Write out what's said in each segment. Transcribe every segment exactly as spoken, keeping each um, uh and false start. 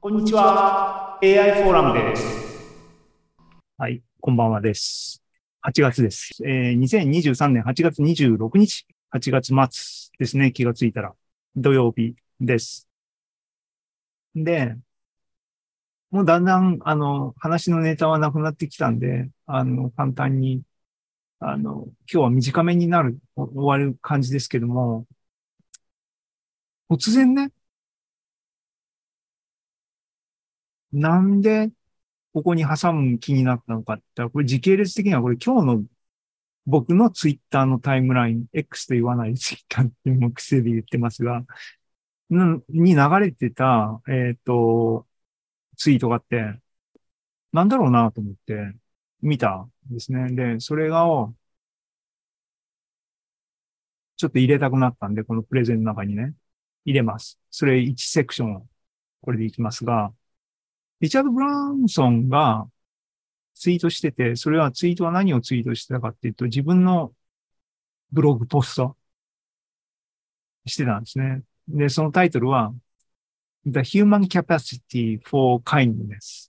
こんにちは。エーアイ フォーラムです。 はい、こんばんはです。はちがつです。えー、にせんにじゅうさんねんはちがつにじゅうろくにち、はちがつ末ですね、気がついたら。土曜日です。で、もうだんだん、あの、話のネタはなくなってきたんで、あの、簡単に、あの、今日は短めになる、お終わる感じですけども、突然ね、なんでここに挟む気になったのかって言ったら、これ時系列的にはこれ今日の僕のツイッターのタイムライン、X と言わないツイッターっていうの癖で言ってますが、んに流れてた、えっと、ツイートがあって、なんだろうなと思って見たんですね。で、それが、ちょっと入れたくなったんで、このプレゼンの中にね、入れます。それいちセクション、これでいきますが、リチャード・ブランソンがツイートしてて、それはツイートは何をツイートしてたかっていうと、自分のブログポストしてたんですね。で、そのタイトルは、The Human Capacity for Kindness。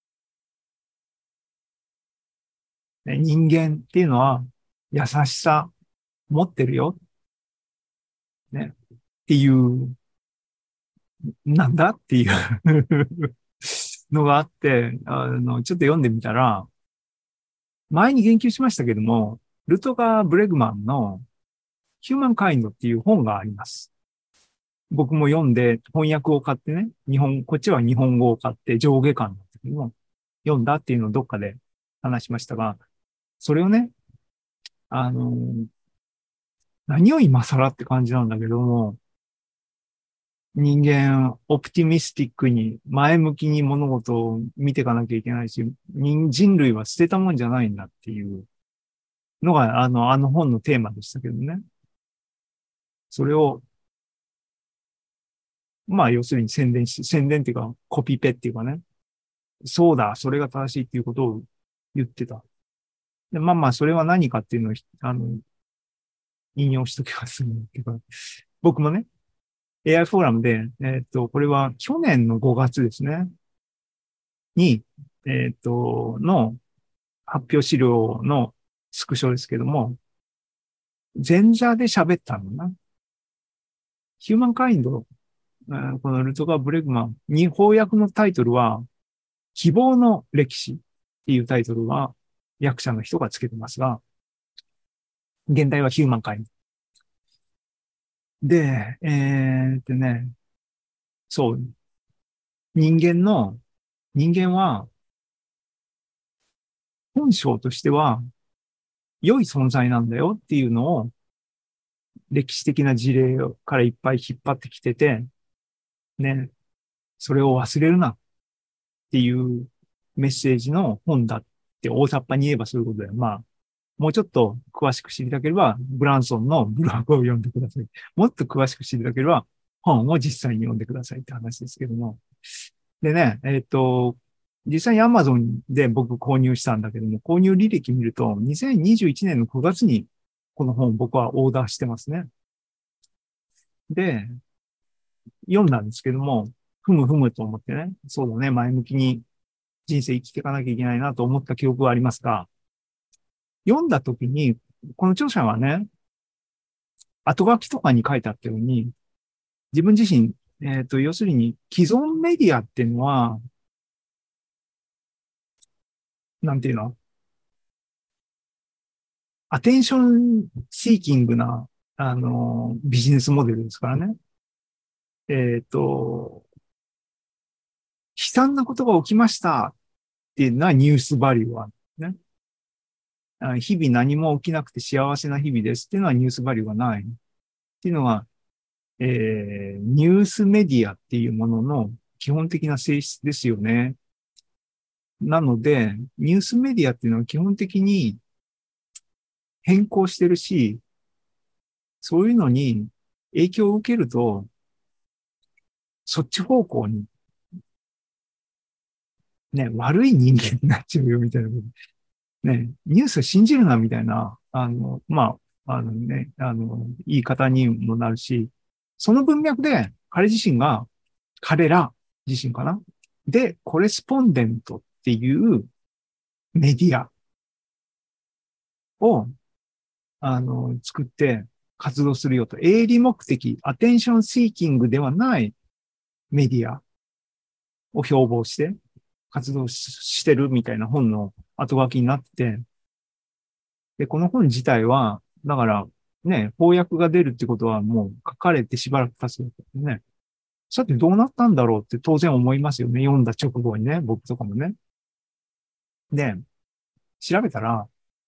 人間っていうのは優しさ持ってるよ、ね、っていうなんだっていうのがあって、あの、ちょっと読んでみたら、前に言及しましたけども、ルトガー・ブレグマンのヒューマンカインドっていう本があります。僕も読んで翻訳を買ってね、日本、こっちは日本語を買って上下巻だったけども、読んだっていうのをどっかで話しましたが、それをね、あの、何を今更って感じなんだけども、人間、オプティミスティックに、前向きに物事を見ていかなきゃいけないし、人人類は捨てたもんじゃないんだっていうのが、あの、あの本のテーマでしたけどね。それを、まあ、要するに宣伝し、宣伝っていうか、コピペっていうかね。そうだ、それが正しいっていうことを言ってた。で、まあまあ、それは何かっていうのを、あの、引用しときますけど、僕もね、エーアイ フォーラムで、えっと、これは去年のごがつですね、に、えっと、の発表資料のスクショですけども、前座で喋ったのな。ヒューマンカインド、このルトガー・ブレグマンに翻訳のタイトルは、希望の歴史っていうタイトルは役者の人がつけてますが、現代はヒューマンカインド。で、えーっとね、そう、人間の、人間は本性としては良い存在なんだよっていうのを歴史的な事例からいっぱい引っ張ってきてて、ね、それを忘れるなっていうメッセージの本だって大雑把に言えばそういうことだよ。まあ、もうちょっと詳しく知りたければ、ブランソンのブログを読んでください。もっと詳しく知りたければ、本を実際に読んでくださいって話ですけども。でね、えっと、実際に Amazon で僕購入したんだけども、購入履歴見ると、にせんにじゅういちねんのくがつにこの本僕はオーダーしてますね。で、読んだんですけども、ふむふむと思ってね、そうだね、前向きに人生生きていかなきゃいけないなと思った記憶がありますが、読んだ時に、この著者はね、後書きとかに書いてあったように、自分自身、えっ、と、要するに既存メディアっていうのは、なんていうのアテンションシーキングな、あの、ビジネスモデルですからね。えっ、と、悲惨なことが起きましたっていうのはニュースバリューはね。日々何も起きなくて幸せな日々ですっていうのはニュースバリューがない。っていうのが、えー、ニュースメディアっていうものの基本的な性質ですよね。なので、ニュースメディアっていうのは基本的に変更してるし、そういうのに影響を受けると、そっち方向にね、悪い人間になっちゃうよみたいなこと。ね、ニュース信じるなみたいな、あの、まあ、あのね、あの、言い方にもなるし、その文脈で彼自身が、彼ら自身かなで、コレスポンデントっていうメディアを、あの、作って活動するよと。営利目的、アテンションシーキングではないメディアを標榜して活動してるみたいな本の後書きになって、で、この本自体は、だから、ね、翻訳が出るってことはもう書かれてしばらく経つんですね。さてどうなったんだろうって当然思いますよね。読んだ直後にね、僕とかもね。で、調べたら、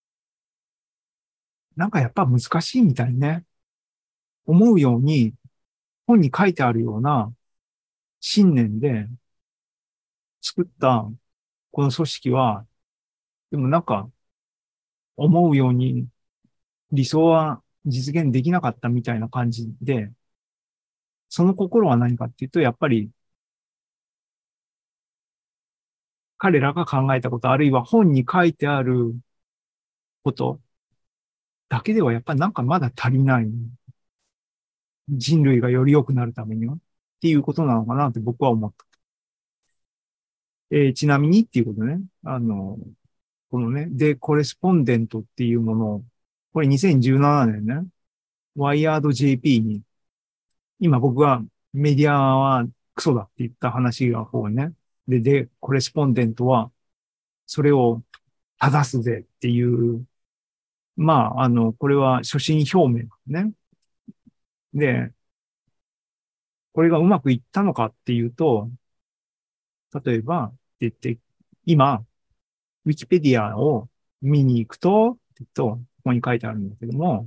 なんかやっぱ難しいみたいね。思うように本に書いてあるような信念で作ったこの組織は、でもなんか思うように理想は実現できなかったみたいな感じで、その心は何かっていうと、やっぱり彼らが考えたこと、あるいは本に書いてあることだけではやっぱりなんかまだ足りない。人類がより良くなるためにはっていうことなのかなって僕は思った。えーちなみにっていうことね。あの、このね、で、コレスポンデントっていうものを、これにせんじゅうななねんね、ワイヤード ジェーピー に、今僕がメディアはクソだって言った話がこうね、で、で、コレスポンデントは、それを正すぜっていう、まあ、あの、これは初心表明ね。で、これがうまくいったのかっていうと、例えば、って言って、今、ウィキペディアを見に行くと、って言うと、ここに書いてあるんだけども、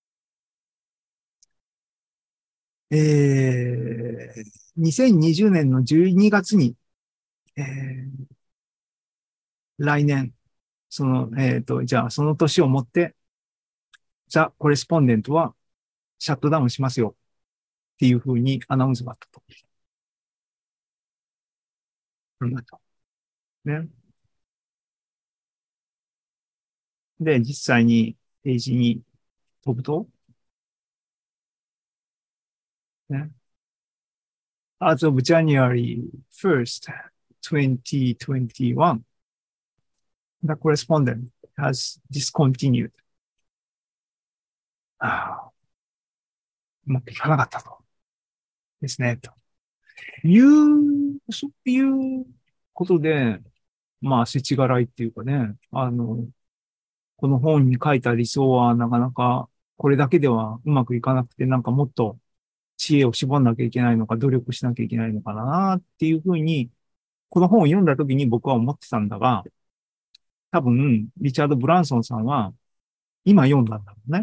えー、にせんにじゅうねんのじゅうにがつに、えー、来年、その、えっと、じゃあ、その年をもって、ザ・コレスポンデントはシャットダウンしますよっていうふうにアナウンスがあったと。うんね。で、実際にページに飛ぶと、ね、As of January first, twenty twenty-one, the correspondent has discontinued. ああ、うまくいかなかったと。ですね。という、そういうことで、まあ、世知辛いっていうかね、あの、この本に書いた理想はなかなかこれだけではうまくいかなくて、なんかもっと知恵を絞んなきゃいけないのか、努力しなきゃいけないのかなっていうふうに、この本を読んだ時に僕は思ってたんだが、多分、リチャード・ブランソンさんは今読んだんだろうね。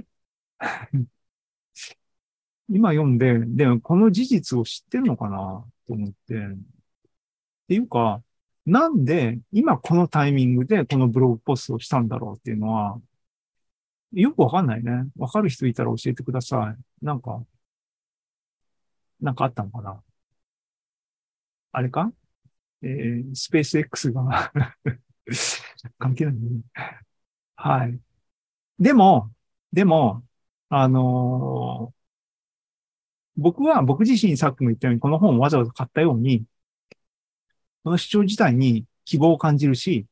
今読んで、で、この事実を知ってるのかなと思って。っていうか、なんで今このタイミングでこのブログポストをしたんだろうっていうのは、よくわかんないね。わかる人いたら教えてください。なんか、なんかあったのかな。あれかえー、スペース X が関係ないね。はい。でも、でも、あのー僕は僕自身さっきも言ったようにこの本をわざわざ買ったように、この主張自体に希望を感じるし、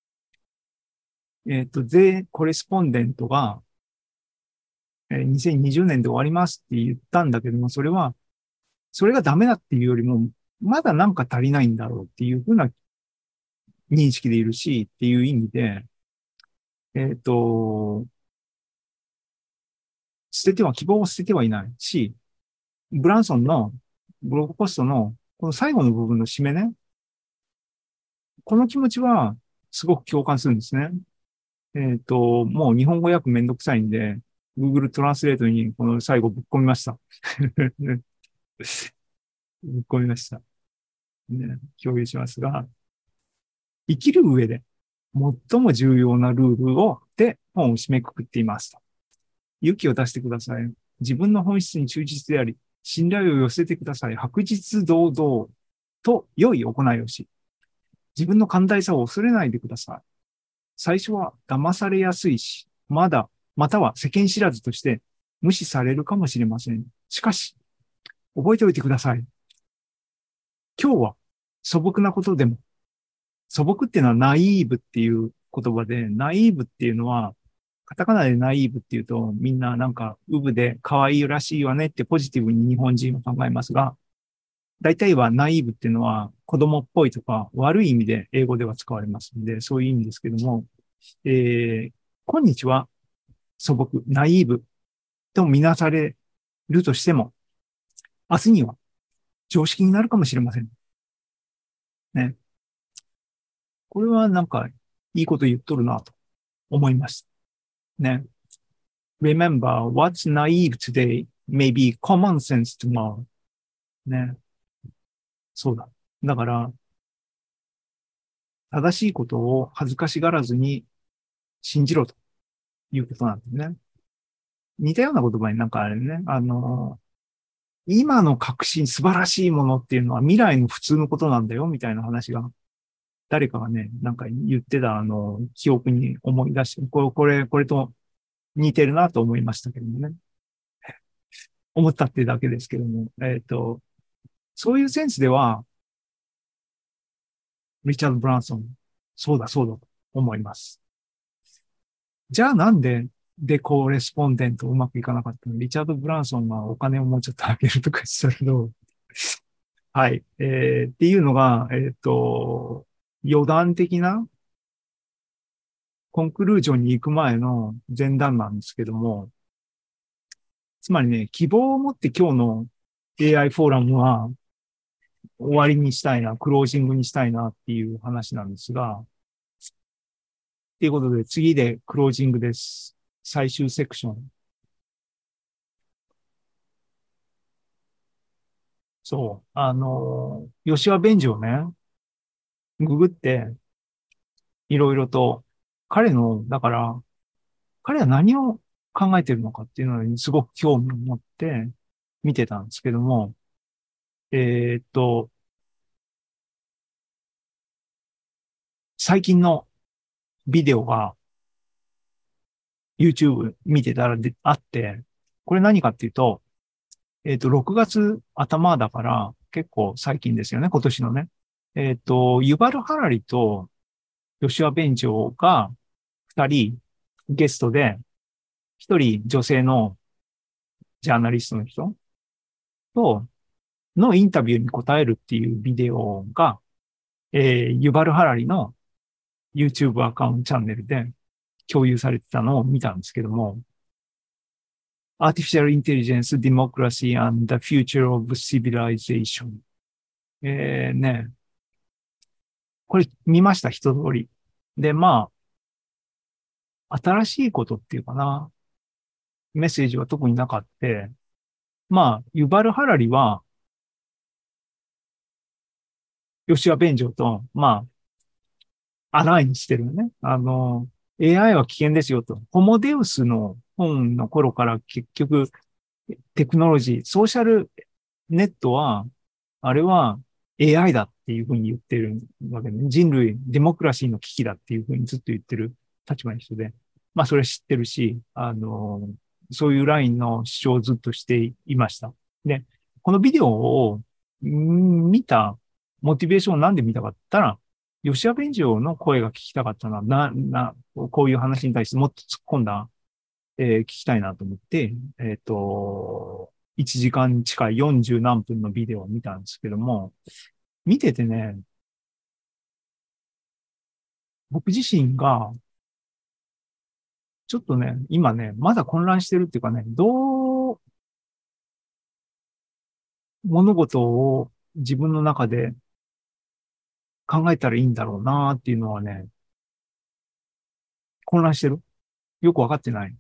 えっと、ゼコレスポンデントが、えーにせんにじゅうねんで終わりますって言ったんだけども、それは、それがダメだっていうよりも、まだなんか足りないんだろうっていうふうな認識でいるし、っていう意味で、えっと、捨てては、希望を捨ててはいないし、ブランソンのブログポストのこの最後の部分の締めね、この気持ちはすごく共感するんですね。えっと、もう日本語訳めんどくさいんで、Google トランスレートにこの最後ぶっ込みました。ぶっ込みました。ね、共有しますが、生きる上で最も重要なルールを、で本を締めくくっています。勇気を出してください。自分の本質に忠実であり、信頼を寄せてください。白日堂々と良い行いをし、自分の寛大さを恐れないでください。最初は騙されやすいし、まだ、または世間知らずとして無視されるかもしれません。しかし、覚えておいてください。今日は素朴なことでも、素朴っていうのはナイーブっていう言葉で、ナイーブっていうのは、カタカナでナイーブっていうと、みんななんか、ウブで可愛いらしいわねってポジティブに日本人は考えますが、大体はナイーブっていうのは子供っぽいとか悪い意味で英語では使われますので、そういう意味ですけども、えー、今日は素朴、ナイーブとみなされるとしても、明日には常識になるかもしれません。ね。これはなんかいいこと言っとるなと思いました。ね。Remember, what's naive today may be common sense tomorrow. ね。そうだ。だから、正しいことを恥ずかしがらずに信じろということなんですね。似たような言葉になんかあれね、あの、今の革新、素晴らしいものっていうのは未来の普通のことなんだよ、みたいな話が、誰かがね、なんか言ってた、あの、記憶に思い出して、これ、これ、これと似てるなと思いましたけどもね。思ったっていうだけですけども、えっと、そういうセンスでは、リチャード・ブランソン、そうだ、そうだと思います。じゃあなんで、で、コーレスポンデントうまくいかなかったの？リチャード・ブランソンがお金をもうちょっとあげるとかしたけど、はい、えー、っていうのが、えっと、余談的なコンクルージョンに行く前の前段なんですけども、つまりね、希望を持って今日の エーアイ フォーラムは終わりにしたいな、クロージングにしたいなっていう話なんですが、ということで次でクロージングです。最終セクション。そう。あの、吉羽弁治をね、ググって、いろいろと、彼の、だから、彼は何を考えてるのかっていうのにすごく興味を持って見てたんですけども、えーっと、最近のビデオが YouTube 見てたらであって、これ何かっていうと、えーっと、ろくがつ頭だから結構最近ですよね、今年のね。えーっと、ユバル・ハラリと吉羽弁長が二人ゲストで、一人女性のジャーナリストの人と、のインタビューに答えるっていうビデオが、えー、ユバルハラリの YouTube アカウントチャンネルで共有されてたのを見たんですけども、Artificial Intelligence, Democracy and the Future of Civilization。えー、ね、これ見ました、一通り。で、まあ、新しいことっていうかな、メッセージは特になかった。まあ、ユバルハラリは、吉羽弁長と、まあ、アラインしてるよね。あの、エーアイ は危険ですよと。ホモデウスの本の頃から結局、テクノロジー、ソーシャルネットは、あれは エーアイ だっていうふうに言ってるわけで、ね、人類、デモクラシーの危機だっていうふうにずっと言ってる立場の人で、まあそれ知ってるし、あの、そういうラインの主張をずっとしていました。で、このビデオを見たモチベーションをなんで見たかって言ったら、吉谷弁長の声が聞きたかったのは、な、な、こういう話に対してもっと突っ込んだ、えー聞きたいなと思って、えっと、いちじかん近いよんじゅう何分のビデオを見たんですけども、見ててね、僕自身が、ちょっとね、今ね、まだ混乱してるっていうかね、どう物事を自分の中で考えたらいいんだろうなっていうのはね、混乱してる。よくわかってない。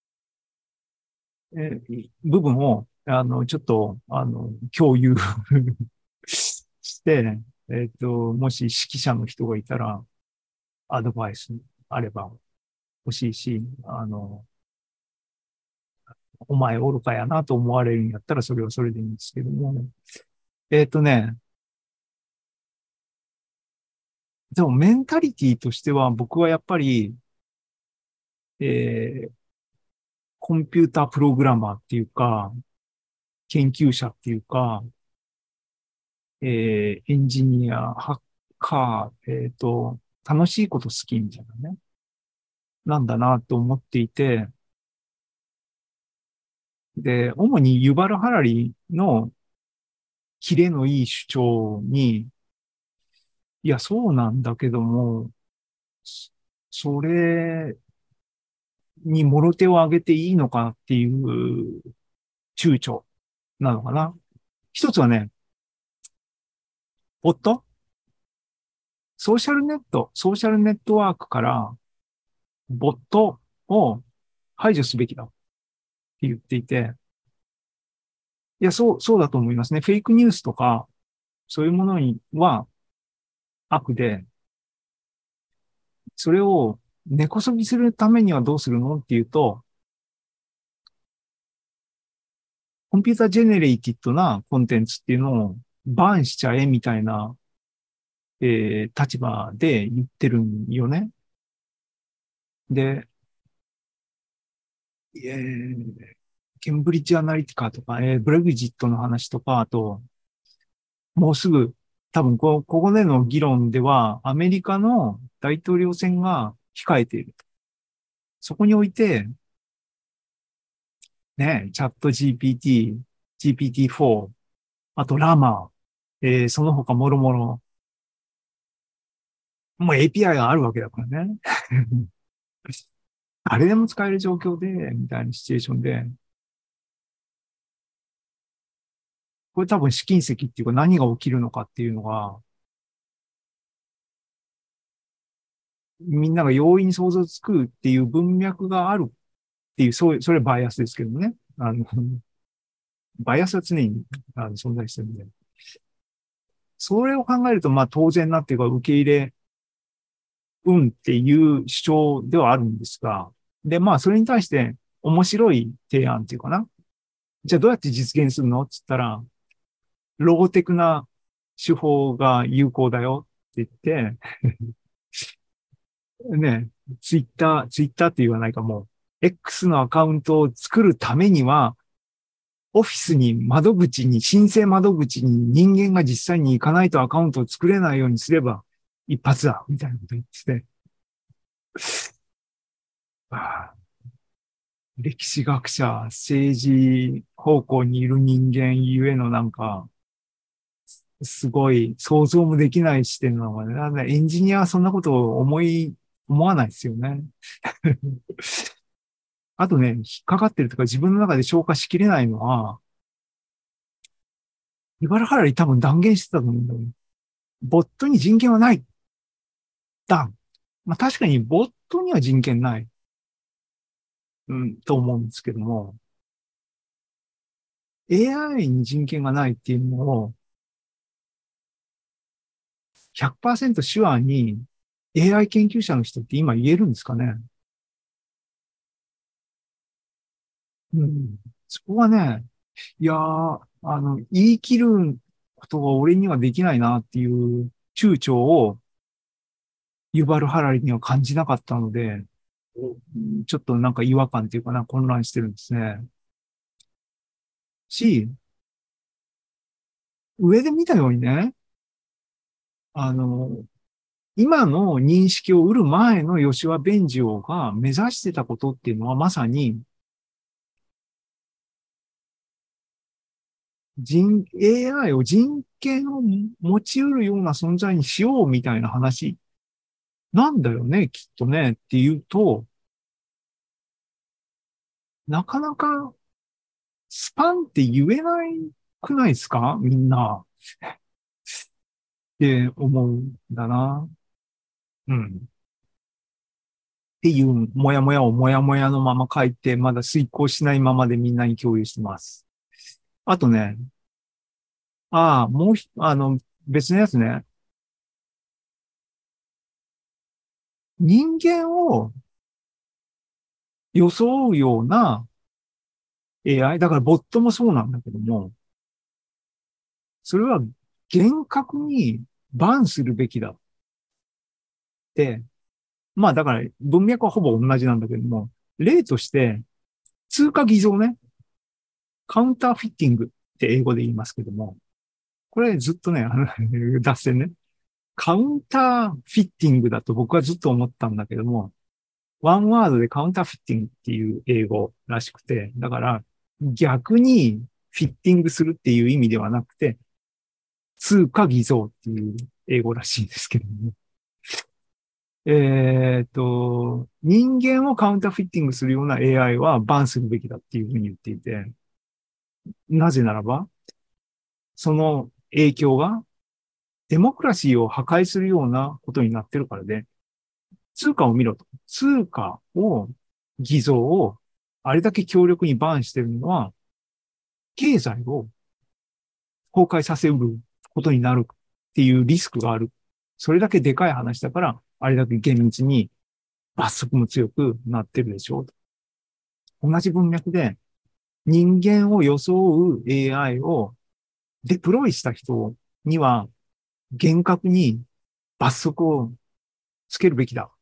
えー部分を、あの、ちょっと、あの、共有して、えっと、もし指揮者の人がいたら、アドバイスあれば欲しいし、あの、お前愚かやなと思われるんやったらそれはそれでいいんですけども。えっとね、でもメンタリティとしては僕はやっぱり、えー、コンピュータープログラマーっていうか、研究者っていうか、 えーエンジニア、ハッカー、えっと、楽しいこと好きみたいなね、なんだなと思っていて、で、主にユバル・ハラリのキレのいい主張に、いや、そうなんだけども、そそれにもろ手を挙げていいのかっていう躊躇なのかな。一つはね、ボットソーシャルネット、ソーシャルネットワークからボットを排除すべきだって言っていて、いや、そう、そうだと思いますね。フェイクニュースとか、そういうものには悪で、それを根こそぎするためにはどうするのっていうと、コンピュータージェネレイティッドなコンテンツっていうのをバーンしちゃえみたいな、えー立場で言ってるんよね。で、えーケンブリッジアナリティカとか、えーブレグジットの話とか、あと、もうすぐ、多分こ、ここでの議論では、アメリカの大統領選が控えている。そこにおいて、ね、チャット ジーピーティー、ジーピーティーフォー、あとラマ、えーその他もろもろ、もう エーピーアイ があるわけだからね。誰でも使える状況で、みたいなシチュエーションで、これ多分試金石っていうか何が起きるのかっていうのが、みんなが容易に想像つくっていう文脈があるっていう、そういう、それバイアスですけどね。あの、バイアスは常にあの存在してるんで。それを考えると、まあ当然なっていうか受け入れ、うんっていう主張ではあるんですが、で、まあそれに対して面白い提案っていうかな。じゃあどうやって実現するのって言ったら、ローテクな手法が有効だよって言って、ね、ツイッター、ツイッターって言わないかもう、X のアカウントを作るためには、オフィスに窓口に、申請窓口に人間が実際に行かないとアカウントを作れないようにすれば一発だ、みたいなこと言ってて、ああ、歴史学者、政治方向にいる人間ゆえのなんか、すごい想像もできない視点なのがね、なんでエンジニアはそんなことを思い、思わないですよね。あとね、引っかかってるとか自分の中で消化しきれないのは、イバラハラリ多分断言してたと思うんだよね。ボットに人権はない。だ。まあ確かにボットには人権ない。うん、と思うんですけども、エーアイ に人権がないっていうのをひゃくパーセント手話に エーアイ 研究者の人って今言えるんですかね。うん。そこはね、いやー、あの、言い切ることが俺にはできないなっていう躊躇をユバル・ハラリには感じなかったので、ちょっとなんか違和感っていうかな、混乱してるんですね。し、上で見たようにね、あの、今の認識を得る前のヨシュア・ベンジオが目指してたことっていうのはまさに人、エーアイ を人権を持ち得るような存在にしようみたいな話なんだよね、きっとねっていうと、なかなかスパンって言えないくないですかみんな。って思うんだな。うん。っていう、もやもやをもやもやのまま書いて、まだ遂行しないままでみんなに共有してます。あとね、ああ、もうひ、あの、別のやつね。人間を装うような エーアイ、だからボットもそうなんだけども、それは厳格にバンするべきだって、まあだから文脈はほぼ同じなんだけども、例として通貨偽造ね、カウンターフィッティングって英語で言いますけども、 これずっとね、あの、脱線ね。カウンターフィッティングだと僕はずっと思ったんだけども、ワンワードでカウンターフィッティングっていう英語らしくて、だから逆にフィッティングするっていう意味ではなくて、通貨偽造っていう英語らしいんですけども。えっと、人間をカウンターフィッティングするような エーアイ はバンするべきだっていうふうに言っていて、なぜならば、その影響がデモクラシーを破壊するようなことになってるからで、通貨を見ろと。通貨を、偽造を、あれだけ強力にバンしてるのは、経済を崩壊させることになるっていうリスクがある。それだけでかい話だから、あれだけ厳密に罰則も強くなってるでしょう。同じ文脈で、人間を装う エーアイ をデプロイした人には、厳格に罰則をつけるべきだ。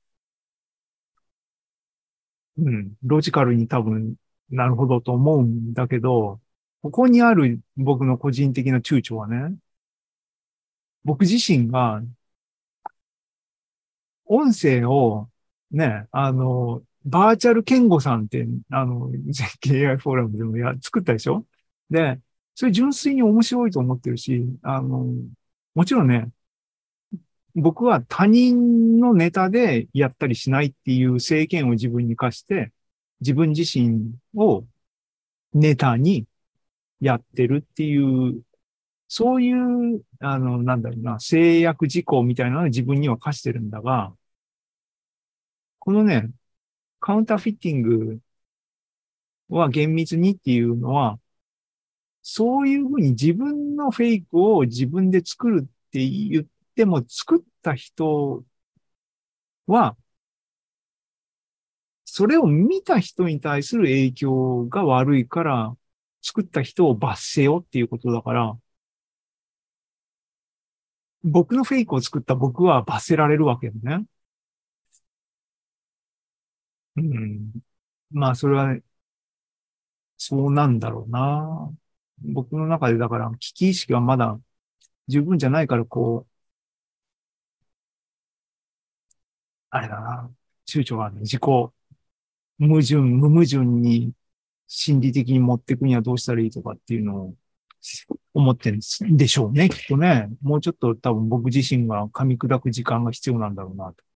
うん、ロジカルに多分なるほどと思うんだけど、ここにある僕の個人的な躊躇はね、僕自身が音声をね、あの、バーチャルケンゴさんって、あの、ゼッケーエーアイ フォーラムでもや、作ったでしょ。で、それ純粋に面白いと思ってるし、あの、もちろんね、僕は他人のネタでやったりしないっていう制限を自分に課して、自分自身をネタにやってるっていう、そういう、あの、なんだろうな、制約事項みたいなのを自分には課してるんだが、このね、カウンターフィッティングは厳密にっていうのは、そういうふうに自分のフェイクを自分で作るって言っても、作った人は、それを見た人に対する影響が悪いから、作った人を罰せよっていうことだから、僕のフェイクを作った僕は罰せられるわけよね。うん。まあ、それは、ね、そうなんだろうな。僕の中でだから、危機意識がまだ十分じゃないから、こう、あれだな。躊躇があるね。自己矛盾、無矛盾に心理的に持っていくにはどうしたらいいとかっていうのを思ってるんでしょうね、きっとね。もうちょっと多分僕自身が噛み砕く時間が必要なんだろうなと。